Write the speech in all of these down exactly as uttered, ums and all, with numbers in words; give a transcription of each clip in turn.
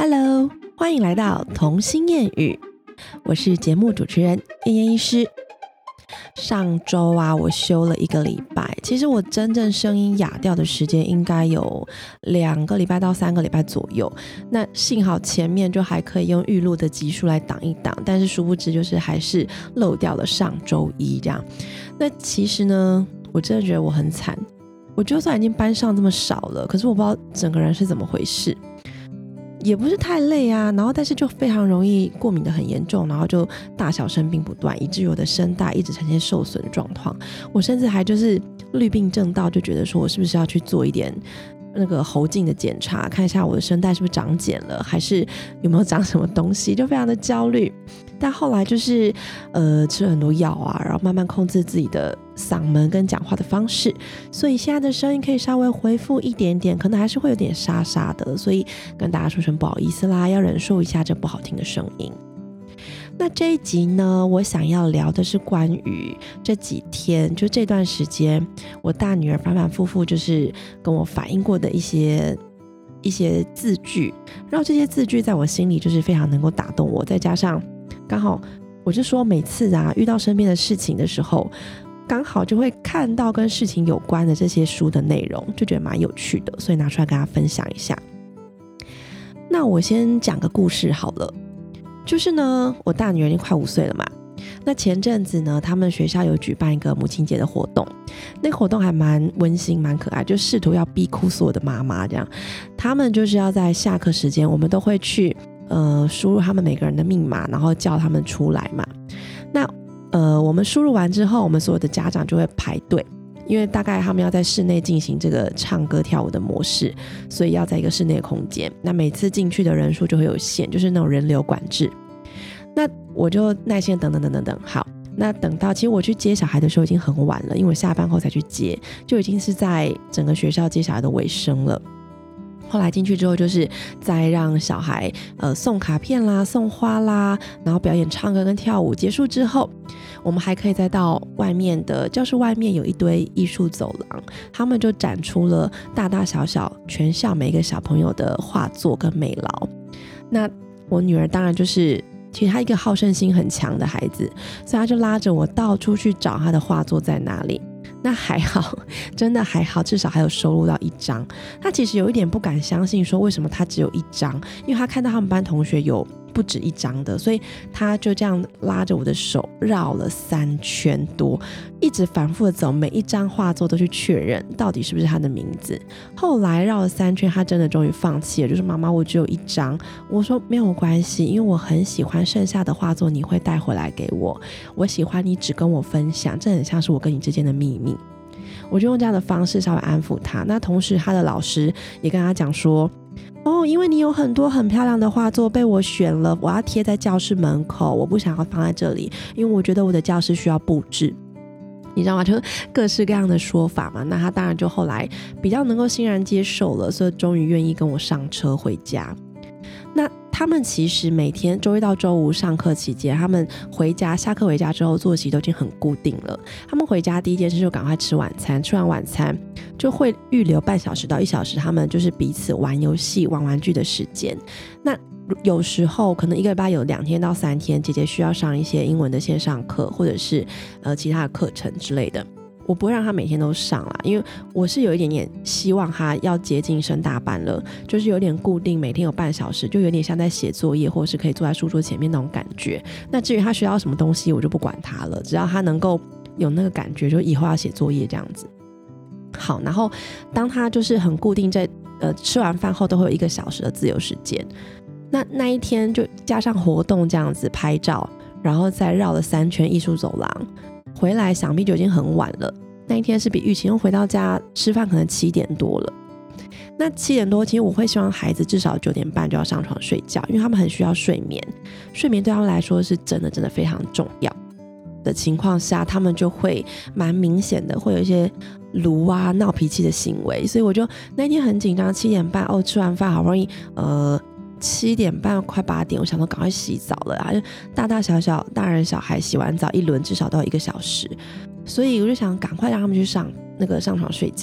Hello， 欢迎来到童心谚语，我是节目主持人燕燕医师。上周啊，我休了一个礼拜，其实我真正声音哑掉的时间应该有两个礼拜到三个礼拜左右。那幸好前面就还可以用预录的集数来挡一挡，但是殊不知就是还是漏掉了上周一这样。那其实呢，我真的觉得我很惨。我就算已经班上这么少了，可是我不知道整个人是怎么回事。也不是太累啊，然后但是就非常容易过敏的很严重，然后就大小生病不断，以至于我的声带一直呈现受损的状况。我甚至还就是虑病症到，就觉得说我是不是要去做一点那个喉镜的检查，看一下我的声带是不是长茧了，还是有没有长什么东西，就非常的焦虑。但后来就是呃吃了很多药啊，然后慢慢控制自己的嗓门跟讲话的方式，所以现在的声音可以稍微恢复一点点，可能还是会有点沙沙的，所以跟大家说声不好意思啦，要忍受一下这不好听的声音。那这一集呢，我想要聊的是关于这几天就这段时间我大女儿反反复复就是跟我反映过的一些一些字句，然后这些字句在我心里就是非常能够打动我，再加上刚好我就说每次啊遇到身边的事情的时候，刚好就会看到跟事情有关的这些书的内容，就觉得蛮有趣的，所以拿出来跟大家分享一下。那我先讲个故事好了，就是呢我大女儿已经快五岁了嘛，那前阵子呢他们学校有举办一个母亲节的活动，那个活动还蛮温馨蛮可爱，就试图要逼哭所有的妈妈这样。他们就是要在下课时间，我们都会去呃输入他们每个人的密码，然后叫他们出来嘛。那呃我们输入完之后，我们所有的家长就会排队，因为大概他们要在室内进行这个唱歌跳舞的模式，所以要在一个室内的空间，那每次进去的人数就会有限，就是那种人流管制。那我就耐心等等等等等，好，那等到其实我去接小孩的时候已经很晚了，因为我下班后才去接，就已经是在整个学校接小孩的尾声了。后来进去之后，就是再让小孩呃送卡片啦、送花啦，然后表演唱歌跟跳舞。结束之后，我们还可以再到外面的教室外面有一堆艺术走廊，他们就展出了大大小小全校每一个小朋友的画作跟美劳。那我女儿当然就是其实她一个好胜心很强的孩子，所以她就拉着我到处去找她的画作在哪里。那还好，真的还好，至少还有收录到一张。他其实有一点不敢相信说为什么他只有一张，因为他看到他们班同学有不止一张的，所以他就这样拉着我的手绕了三圈多，一直反复的走，每一张画作都去确认到底是不是他的名字。后来绕了三圈，他真的终于放弃了，就是妈妈我只有一张。我说没有关系，因为我很喜欢剩下的画作你会带回来给我，我喜欢你只跟我分享，这很像是我跟你之间的秘密。我就用这样的方式稍微安抚他。那同时他的老师也跟他讲说，哦，因为你有很多很漂亮的画作被我选了，我要贴在教室门口，我不想要放在这里，因为我觉得我的教室需要布置，你知道吗？就各式各样的说法嘛。那他当然就后来比较能够欣然接受了，所以终于愿意跟我上车回家。那他们其实每天周一到周五上课期间，他们回家下课回家之后作息都已经很固定了。他们回家第一件事就赶快吃晚餐，吃完晚餐就会预留半小时到一小时，他们就是彼此玩游戏玩玩具的时间。那有时候可能一个礼拜有两天到三天，姐姐需要上一些英文的线上课，或者是呃其他的课程之类的。我不会让他每天都上啦，因为我是有一点点希望他要接近升大班了，就是有点固定每天有半小时，就有点像在写作业，或者是可以坐在书桌前面那种感觉。那至于他需要什么东西我就不管他了，只要他能够有那个感觉，就以后要写作业这样子。好，然后当他就是很固定在呃吃完饭后都会有一个小时的自由时间，那那一天就加上活动这样子拍照，然后再绕了三圈艺术走廊回来，想必就已经很晚了。那一天是比预期，回到家吃饭可能七点多了。那七点多其实我会希望孩子至少九点半就要上床睡觉，因为他们很需要睡眠，睡眠对他们来说是真的真的非常重要的情况下，他们就会蛮明显的会有一些卢啊闹脾气的行为。所以我就那天很紧张，七点半哦吃完饭好不容易呃七点半快八点，我想说赶快洗澡了啊，就大大小小大人小孩洗完澡一轮至少都要一个小时，所以我就想赶快让他们去上那个上床睡觉。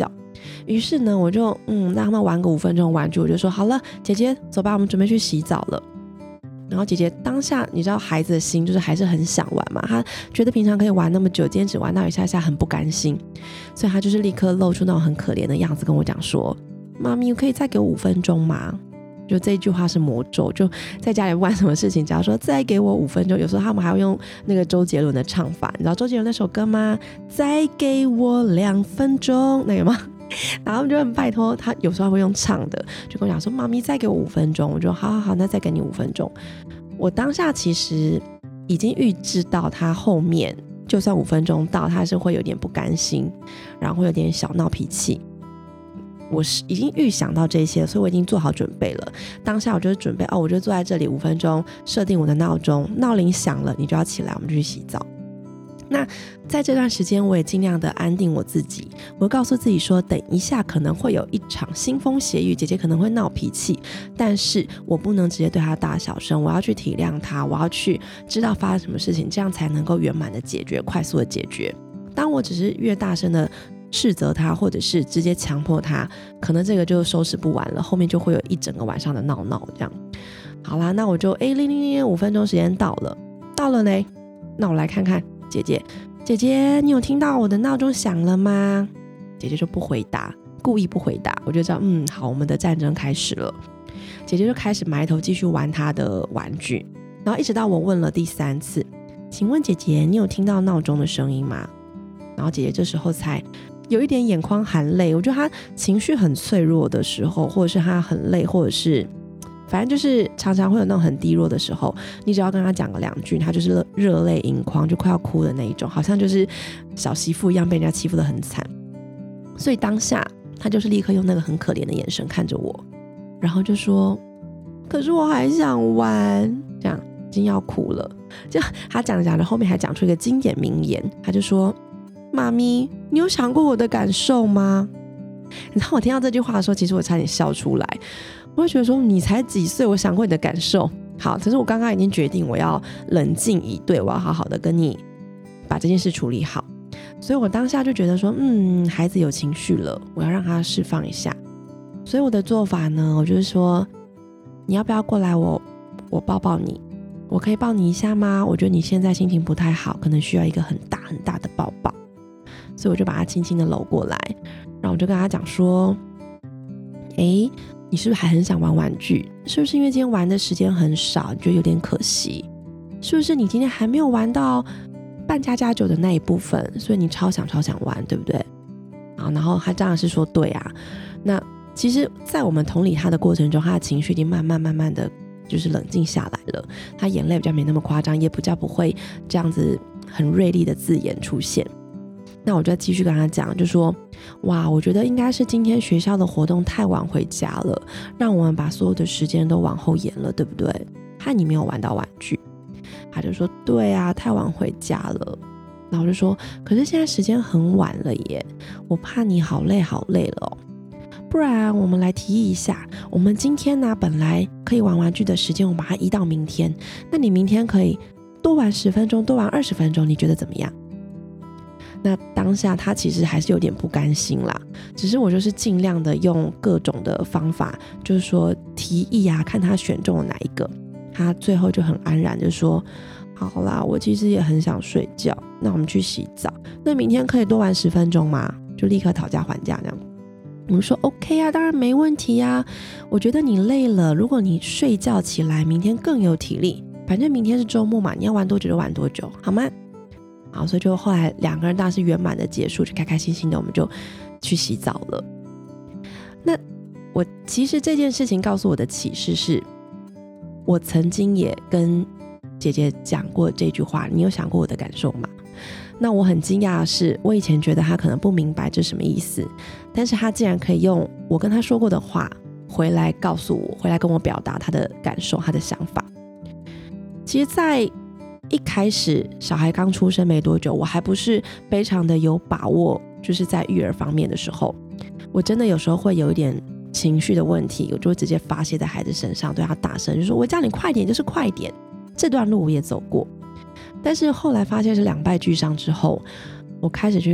于是呢，我就嗯让他们玩个五分钟玩具，我就说好了，姐姐走吧，我们准备去洗澡了。然后姐姐当下你知道孩子的心就是还是很想玩嘛，她觉得平常可以玩那么久，今天只玩到一下下很不甘心，所以她就是立刻露出那种很可怜的样子跟我讲说，妈咪可以再给我五分钟吗？就这一句话是魔咒，就在家里不管什么事情只要说再给我五分钟，有时候他们还要用那个周杰伦的唱法，你知道周杰伦那首歌吗？再给我两分钟那个吗？然后他们就很拜托他，有时候会用唱的，就跟我讲说妈咪再给我五分钟，我就好好好，那再给你五分钟。我当下其实已经预知到他后面就算五分钟到他是会有点不甘心，然后会有点小闹脾气，我是已经预想到这些，所以我已经做好准备了。当下我就准备哦，我就坐在这里五分钟，设定我的闹钟，闹铃响了你就要起来，我们就去洗澡。那在这段时间我也尽量的安定我自己，我告诉自己说等一下可能会有一场腥风血雨，姐姐可能会闹脾气，但是我不能直接对她大小声，我要去体谅她，我要去知道发生什么事情，这样才能够圆满的解决，快速的解决。当我只是越大声的斥责她，或者是直接强迫她，可能这个就收拾不完了，后面就会有一整个晚上的闹闹这样。好啦，那我就哎零零零五分钟时间到了，到了呢，那我来看看姐姐，姐姐你有听到我的闹钟响了吗？姐姐就不回答，故意不回答，我就知道嗯好，我们的战争开始了。姐姐就开始埋头继续玩她的玩具，然后一直到我问了第三次，请问姐姐你有听到闹钟的声音吗？然后姐姐这时候才有一点眼眶含泪，我觉得她情绪很脆弱的时候，或者是她很累，或者是反正就是常常会有那种很低落的时候，你只要跟她讲个两句，她就是热泪盈眶，就快要哭的那一种，好像就是小媳妇一样被人家欺负得很惨。所以当下她就是立刻用那个很可怜的眼神看着我，然后就说可是我还想玩，这样已经要哭了。就她讲着讲着后面还讲出一个经典名言，她就说妈咪你有想过我的感受吗？你知道我听到这句话的时候，其实我差点笑出来，我会觉得说你才几岁，我想过你的感受。好，可是我刚刚已经决定我要冷静以对，我要好好的跟你把这件事处理好。所以我当下就觉得说嗯，孩子有情绪了，我要让他释放一下。所以我的做法呢，我就是说你要不要过来我我抱抱你，我可以抱你一下吗？我觉得你现在心情不太好，可能需要一个很大很大的抱抱。所以我就把他轻轻的搂过来，然后我就跟他讲说诶，你是不是还很想玩玩具？是不是因为今天玩的时间很少，你觉得有点可惜？是不是你今天还没有玩到扮家家酒的那一部分，所以你超想超想玩，对不对？然后他当然是说对啊。那其实在我们同理他的过程中，他的情绪已经慢慢慢慢的就是冷静下来了，他眼泪比较没那么夸张，也比较不会这样子很锐利的字眼出现。那我就继续跟他讲，就说哇，我觉得应该是今天学校的活动太晚回家了，让我们把所有的时间都往后延了，对不对？害你没有玩到玩具。他就说对啊，太晚回家了。然后我就说可是现在时间很晚了耶，我怕你好累好累了哦，不然我们来提议一下，我们今天呢、啊、本来可以玩玩具的时间我们把它移到明天，那你明天可以多玩十分钟多玩二十分钟，你觉得怎么样？那当下他其实还是有点不甘心啦，只是我就是尽量的用各种的方法，就是说提议啊，看他选中了哪一个。他最后就很安然就说好啦，我其实也很想睡觉，那我们去洗澡，那明天可以多玩十分钟吗？就立刻讨价还价这样。我们说 OK 啊，当然没问题啊，我觉得你累了，如果你睡觉起来明天更有体力，反正明天是周末嘛，你要玩多久就玩多久好吗？好，所以就后来两个人当然是圆满的结束，就开开心心的我们就去洗澡了。那我其实这件事情告诉我的启示是，我曾经也跟姐姐讲过这句话，你有想过我的感受吗？那我很惊讶的是，我以前觉得他可能不明白这什么意思，但是他竟然可以用我跟他说过的话回来告诉我，回来跟我表达他的感受，他的想法。其实在一开始小孩刚出生没多久，我还不是非常的有把握，就是在育儿方面的时候，我真的有时候会有一点情绪的问题，我就会直接发泄在孩子身上，对他大声就说我叫你快点就是快点。这段路我也走过，但是后来发现是两败俱伤之后，我开始去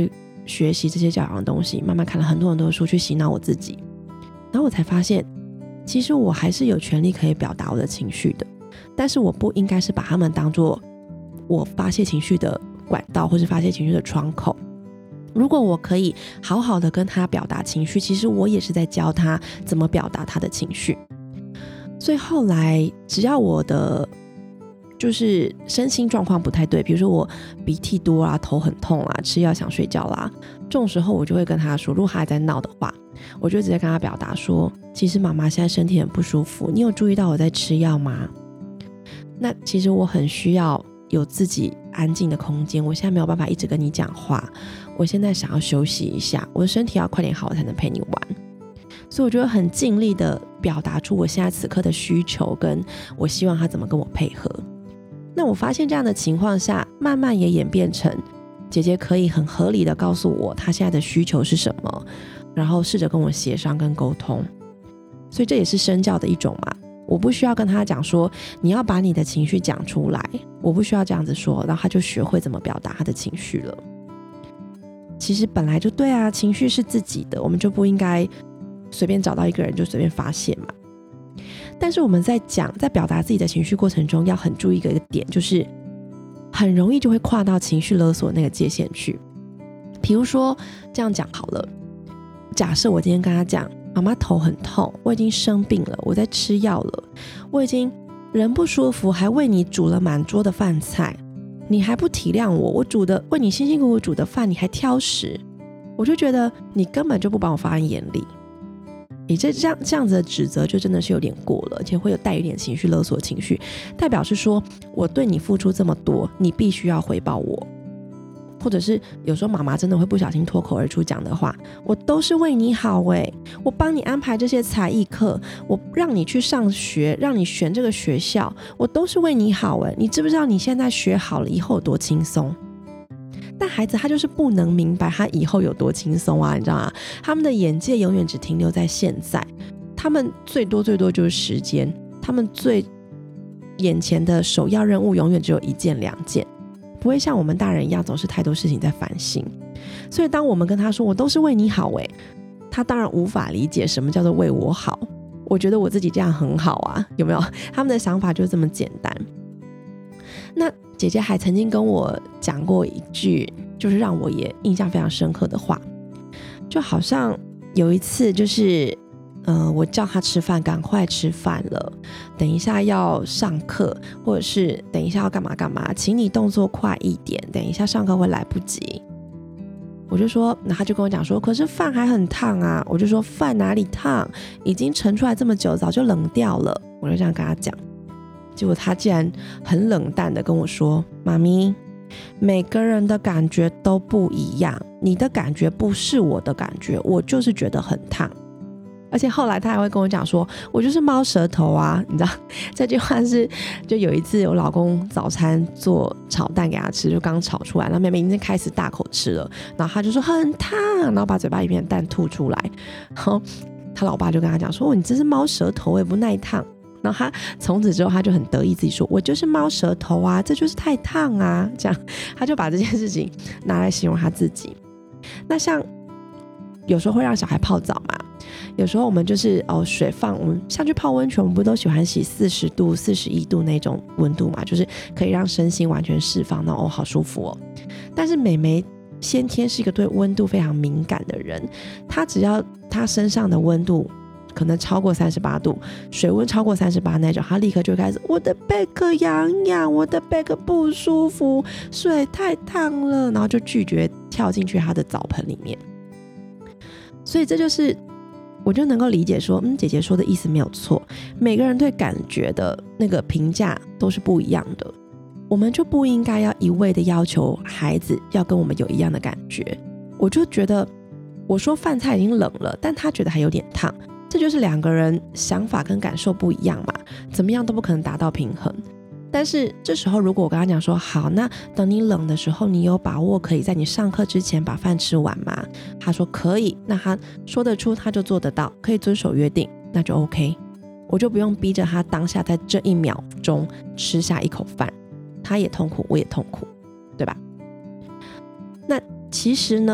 学习这些教养的东西，慢慢看了很多很多的书去洗脑我自己，然后我才发现其实我还是有权利可以表达我的情绪的，但是我不应该是把他们当作我发泄情绪的管道或是发泄情绪的窗口。如果我可以好好的跟他表达情绪，其实我也是在教他怎么表达他的情绪。所以后来只要我的就是身心状况不太对，比如说我鼻涕多啊，头很痛啊，吃药想睡觉啦，这种时候我就会跟他说，如果他还在闹的话，我就直接跟他表达说，其实妈妈现在身体很不舒服，你有注意到我在吃药吗？那其实我很需要有自己安静的空间，我现在没有办法一直跟你讲话，我现在想要休息一下，我的身体要快点好，我才能陪你玩。所以我就会很尽力的表达出我现在此刻的需求，跟我希望他怎么跟我配合。那我发现这样的情况下，慢慢也演变成姐姐可以很合理的告诉我她现在的需求是什么，然后试着跟我协商跟沟通。所以这也是身教的一种嘛，我不需要跟他讲说你要把你的情绪讲出来，我不需要这样子说，然后他就学会怎么表达他的情绪了。其实本来就对啊，情绪是自己的，我们就不应该随便找到一个人就随便发泄嘛。但是我们在讲在表达自己的情绪过程中，要很注意一个点，就是很容易就会跨到情绪勒索那个界限去。比如说这样讲好了，假设我今天跟他讲，妈妈头很痛，我已经生病了，我在吃药了，我已经人不舒服，还为你煮了满桌的饭菜，你还不体谅我，我煮的为你辛辛苦苦煮的饭你还挑食，我就觉得你根本就不把我放在眼里。你这这样这样子的指责就真的是有点过了，而且会有带一点情绪勒索的情绪，代表是说我对你付出这么多，你必须要回报我。或者是有时候妈妈真的会不小心脱口而出讲的话，我都是为你好耶，我帮你安排这些才艺课，我让你去上学，让你选这个学校，我都是为你好耶，你知不知道你现在学好了以后有多轻松？但孩子他就是不能明白他以后有多轻松啊，你知道吗？他们的眼界永远只停留在现在，他们最多最多就是时间，他们最眼前的首要任务永远只有一件两件，不会像我们大人一样总是太多事情在烦心。所以当我们跟他说我都是为你好耶，他当然无法理解什么叫做为我好，我觉得我自己这样很好啊，有没有？他们的想法就这么简单。那姐姐还曾经跟我讲过一句就是让我也印象非常深刻的话，就好像有一次就是呃，我叫她吃饭，赶快吃饭了，等一下要上课，或者是等一下要干嘛干嘛，请你动作快一点，等一下上课会来不及。我就说，那他就跟我讲说，可是饭还很烫啊。我就说，饭哪里烫，已经盛出来这么久，早就冷掉了。我就这样跟他讲，结果他竟然很冷淡的跟我说，妈咪，每个人的感觉都不一样，你的感觉不是我的感觉，我就是觉得很烫。而且后来他还会跟我讲说，我就是猫舌头啊，你知道这句话是就有一次我老公早餐做炒蛋给他吃，就刚炒出来，然后妹妹已经开始大口吃了，然后他就说很烫，然后把嘴巴里面的蛋吐出来，然后他老爸就跟他讲说，你这是猫舌头也不耐烫。然后他从此之后他就很得意自己说，我就是猫舌头啊，这就是太烫啊，这样他就把这件事情拿来形容他自己。那像有时候会让小孩泡澡嘛，有时候我们就是哦水放，我们像去泡温泉，我们不都喜欢洗四十度四十一度那种温度嘛，就是可以让身心完全释放，那哦好舒服哦。但是妹妹先天是一个对温度非常敏感的人，她只要她身上的温度可能超过三十八度，水温超过三十八那种，她立刻就开始我的背壳痒痒，我的背壳不舒服，水太烫了，然后就拒绝跳进去她的澡盆里面。所以这就是我就能够理解说，嗯，姐姐说的意思没有错，每个人对感觉的那个评价都是不一样的，我们就不应该要一味的要求孩子要跟我们有一样的感觉。我就觉得我说饭菜已经冷了，但他觉得还有点烫，这就是两个人想法跟感受不一样嘛，怎么样都不可能达到平衡。但是这时候如果我跟他讲说，好，那等你冷的时候，你有把握可以在你上课之前把饭吃完吗？他说可以，那他说得出，他就做得到，可以遵守约定，那就 OK， 我就不用逼着他当下在这一秒钟吃下一口饭，他也痛苦，我也痛苦，对吧？那其实呢，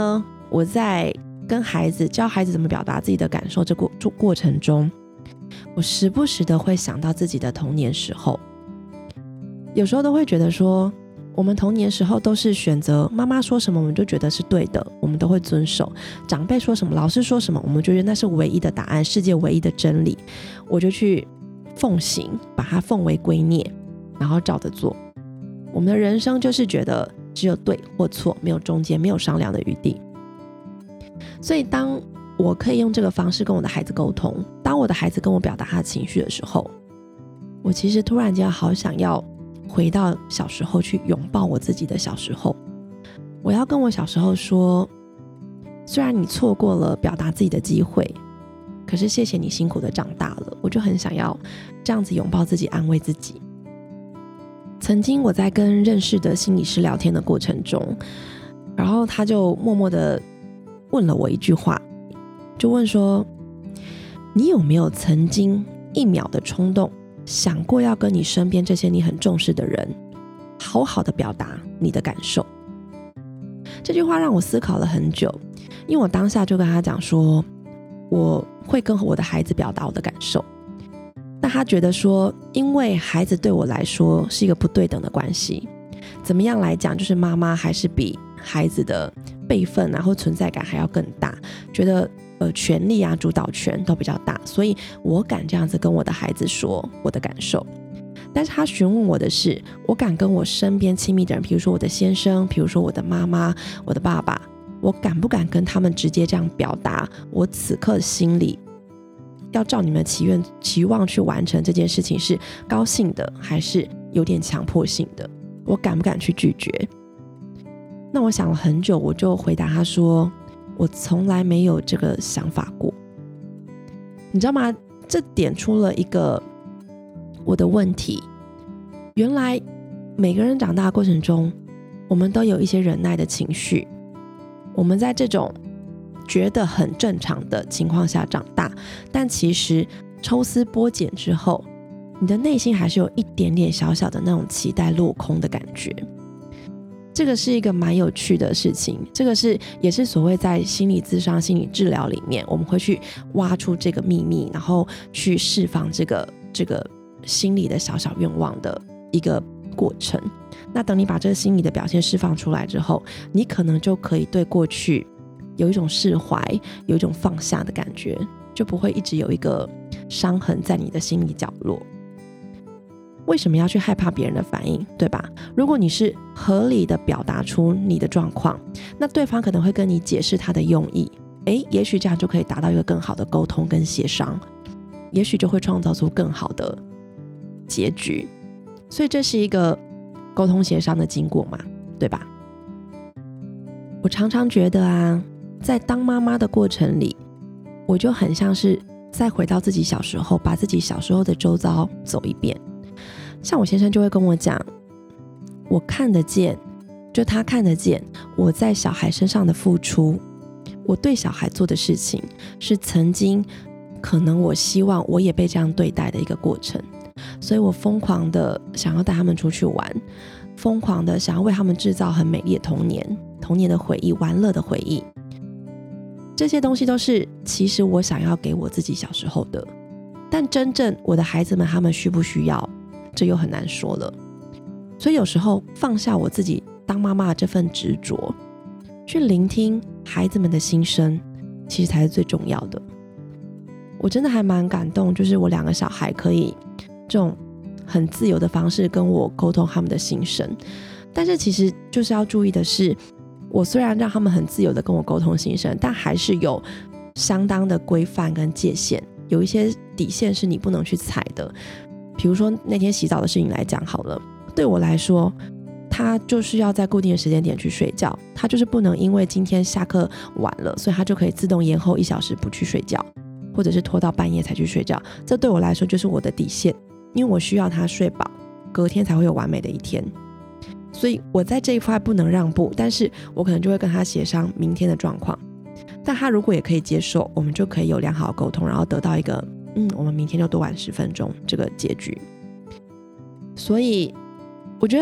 我在跟孩子教孩子怎么表达自己的感受这过过程中，我时不时的会想到自己的童年时候，有时候都会觉得说，我们童年时候都是选择妈妈说什么我们就觉得是对的，我们都会遵守，长辈说什么老师说什么我们就觉得那是唯一的答案，世界唯一的真理，我就去奉行，把它奉为圭臬，然后照着做。我们的人生就是觉得只有对或错，没有中间，没有商量的余地。所以当我可以用这个方式跟我的孩子沟通，当我的孩子跟我表达他的情绪的时候，我其实突然间好想要回到小时候去拥抱我自己的小时候。我要跟我小时候说，虽然你错过了表达自己的机会，可是谢谢你辛苦的长大了。我就很想要这样子拥抱自己，安慰自己。曾经我在跟认识的心理师聊天的过程中，然后他就默默的问了我一句话，就问说，你有没有曾经一秒的冲动想过要跟你身边这些你很重视的人好好的表达你的感受？这句话让我思考了很久，因为我当下就跟他讲说，我会跟我的孩子表达我的感受，但他觉得说，因为孩子对我来说是一个不对等的关系，怎么样来讲，就是妈妈还是比孩子的辈分啊或存在感还要更大，觉得呃权力啊主导权都比较大，所以我敢这样子跟我的孩子说我的感受。但是他询问我的是，我敢跟我身边亲密的人，比如说我的先生，比如说我的妈妈，我的爸爸，我敢不敢跟他们直接这样表达我此刻心里要照你们的祈愿期望去完成这件事情，是高兴的还是有点强迫性的？我敢不敢去拒绝？那我想了很久，我就回答他说，我从来没有这个想法过。你知道吗？这点出了一个我的问题。原来每个人长大的过程中，我们都有一些忍耐的情绪，我们在这种觉得很正常的情况下长大，但其实抽丝剥茧之后，你的内心还是有一点点小小的那种期待落空的感觉。这个是一个蛮有趣的事情，这个是也是所谓在心理咨商、心理治疗里面，我们会去挖出这个秘密，然后去释放这个这个心理的小小愿望的一个过程。那等你把这个心理的表现释放出来之后，你可能就可以对过去有一种释怀，有一种放下的感觉，就不会一直有一个伤痕在你的心理角落。为什么要去害怕别人的反应，对吧？如果你是合理的表达出你的状况，那对方可能会跟你解释他的用意，诶，也许这样就可以达到一个更好的沟通跟协商，也许就会创造出更好的结局。所以这是一个沟通协商的经过嘛，对吧？我常常觉得啊，在当妈妈的过程里，我就很像是再回到自己小时候，把自己小时候的周遭走一遍。像我先生就会跟我讲，我看得见，就他看得见我在小孩身上的付出，我对小孩做的事情是曾经可能我希望我也被这样对待的一个过程，所以我疯狂的想要带他们出去玩，疯狂的想要为他们制造很美丽的童年，童年的回忆，玩乐的回忆。这些东西都是其实我想要给我自己小时候的，但真正我的孩子们他们需不需要，这又很难说了。所以有时候放下我自己当妈妈的这份执着，去聆听孩子们的心声，其实才是最重要的。我真的还蛮感动，就是我两个小孩可以这种很自由的方式跟我沟通他们的心声。但是其实就是要注意的是，我虽然让他们很自由的跟我沟通心声，但还是有相当的规范跟界限，有一些底线是你不能去踩的。比如说那天洗澡的事情来讲好了，对我来说他就是要在固定的时间点去睡觉，他就是不能因为今天下课晚了，所以他就可以自动延后一小时不去睡觉，或者是拖到半夜才去睡觉。这对我来说就是我的底线，因为我需要他睡饱，隔天才会有完美的一天。所以我在这一块不能让步，但是我可能就会跟他协商明天的状况。但他如果也可以接受，我们就可以有良好的沟通，然后得到一个嗯，我们明天就多晚十分钟这个结局。所以我觉得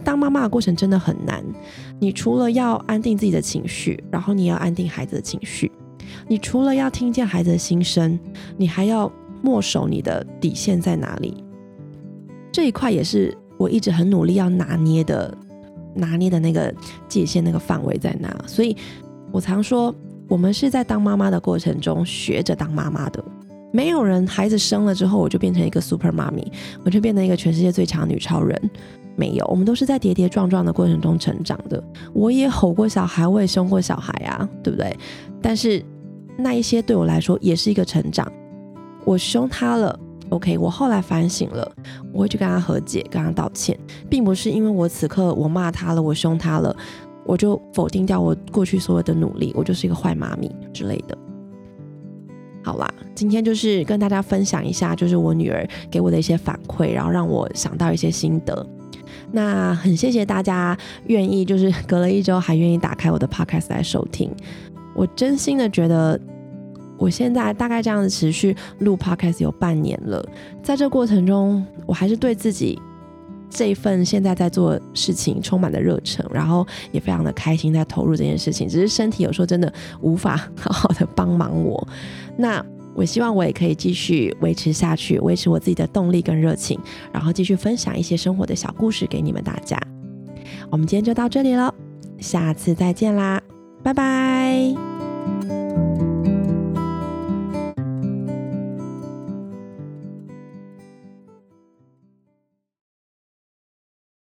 当妈妈的过程真的很难，你除了要安定自己的情绪，然后你也要安定孩子的情绪，你除了要听见孩子的心声，你还要默守你的底线在哪里。这一块也是我一直很努力要拿捏的拿捏的那个界限，那个范围在哪。所以我常说，我们是在当妈妈的过程中学着当妈妈的。没有人孩子生了之后我就变成一个 super 妈咪，我就变成一个全世界最强女超人，没有，我们都是在跌跌撞撞的过程中成长的。我也吼过小孩，我也凶过小孩啊，对不对？但是那一些对我来说也是一个成长。我凶他了 OK， 我后来反省了，我会去跟他和解，跟他道歉，并不是因为我此刻我骂他了，我凶他了，我就否定掉我过去所有的努力，我就是一个坏妈咪之类的。好啦，今天就是跟大家分享一下，就是我女儿给我的一些反馈，然后让我想到一些心得。那很谢谢大家愿意就是隔了一周还愿意打开我的 podcast 来收听。我真心的觉得我现在大概这样子持续录 podcast 有半年了，在这过程中我还是对自己这一份现在在做的事情充满了热忱，然后也非常的开心在投入这件事情，只是身体有时候真的无法好好的帮忙我。那我希望我也可以继续维持下去，维持我自己的动力跟热情，然后继续分享一些生活的小故事给你们大家。我们今天就到这里了，下次再见啦，拜拜。